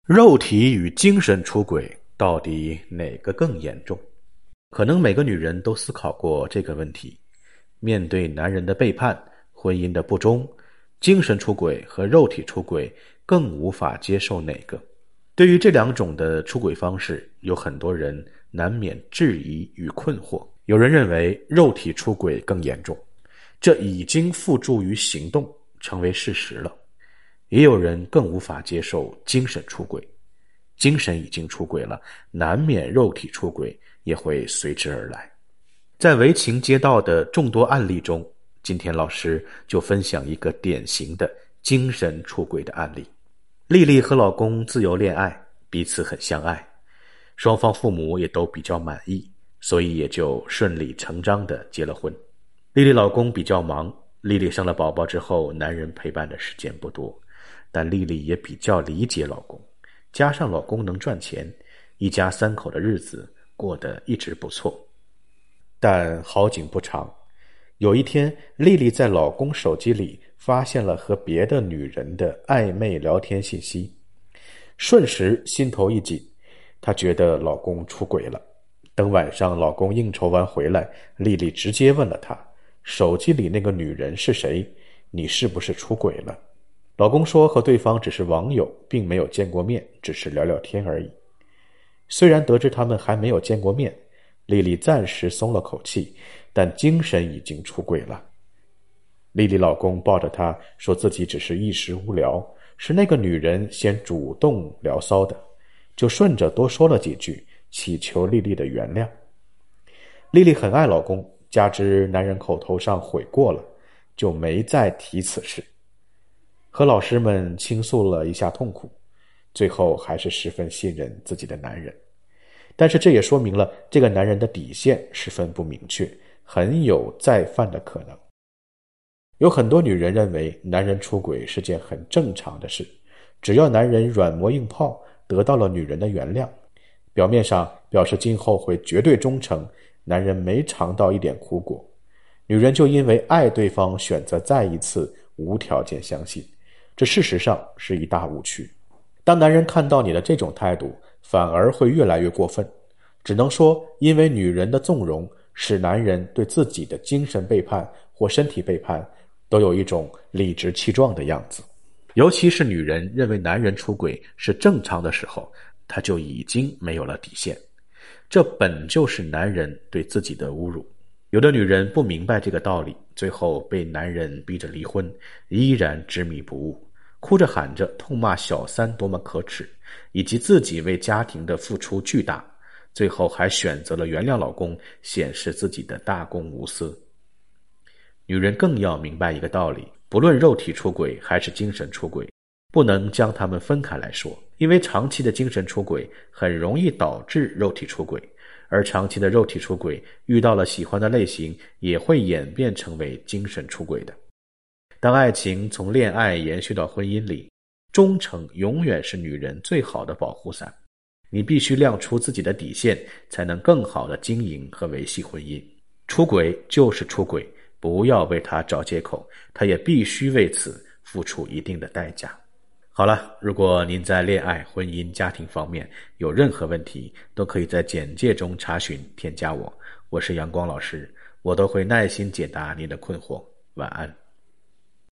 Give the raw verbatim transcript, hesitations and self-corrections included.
肉体与精神出轨到底哪个更严重？可能每个女人都思考过这个问题。面对男人的背叛、婚姻的不忠，精神出轨和肉体出轨更无法接受哪个？对于这两种的出轨方式，有很多人难免质疑与困惑。有人认为肉体出轨更严重，这已经付诸于行动，成为事实了。也有人更无法接受精神出轨，精神已经出轨了，难免肉体出轨也会随之而来。在为情街道的众多案例中，今天老师就分享一个典型的精神出轨的案例。丽丽和老公自由恋爱，彼此很相爱，双方父母也都比较满意，所以也就顺理成章地结了婚。丽丽老公比较忙，丽丽生了宝宝之后，男人陪伴的时间不多，但丽丽也比较理解老公，加上老公能赚钱，一家三口的日子过得一直不错。但好景不长，有一天，丽丽在老公手机里发现了和别的女人的暧昧聊天信息，瞬时心头一紧，她觉得老公出轨了。等晚上老公应酬完回来，丽丽直接问了他，手机里那个女人是谁？你是不是出轨了？老公说和对方只是网友，并没有见过面，只是聊聊天而已。虽然得知他们还没有见过面，丽丽暂时松了口气，但精神已经出轨了。丽丽老公抱着她说自己只是一时无聊，是那个女人先主动聊骚的，就顺着多说了几句，祈求丽丽的原谅。丽丽很爱老公，加之男人口头上悔过了，就没再提此事。和老师们倾诉了一下痛苦，最后还是十分信任自己的男人。但是这也说明了这个男人的底线十分不明确，很有再犯的可能。有很多女人认为男人出轨是件很正常的事，只要男人软磨硬泡，得到了女人的原谅，表面上表示今后会绝对忠诚，男人没尝到一点苦果，女人就因为爱对方选择再一次无条件相信，这事实上是一大误区。当男人看到你的这种态度，反而会越来越过分。只能说因为女人的纵容，使男人对自己的精神背叛或身体背叛都有一种理直气壮的样子。尤其是女人认为男人出轨是正常的时候，她就已经没有了底线。这本就是男人对自己的侮辱。有的女人不明白这个道理，最后被男人逼着离婚，依然执迷不悟，哭着喊着痛骂小三多么可耻，以及自己为家庭的付出巨大，最后还选择了原谅老公，显示自己的大公无私。女人更要明白一个道理，不论肉体出轨还是精神出轨，不能将它们分开来说，因为长期的精神出轨很容易导致肉体出轨，而长期的肉体出轨遇到了喜欢的类型，也会演变成为精神出轨的。当爱情从恋爱延续到婚姻里，忠诚永远是女人最好的保护伞。你必须亮出自己的底线，才能更好的经营和维系婚姻。出轨就是出轨，不要为他找借口，他也必须为此付出一定的代价。好了，如果您在恋爱、婚姻、家庭方面有任何问题，都可以在简介中查询添加我，我是阳光老师，我都会耐心解答您的困惑。晚安。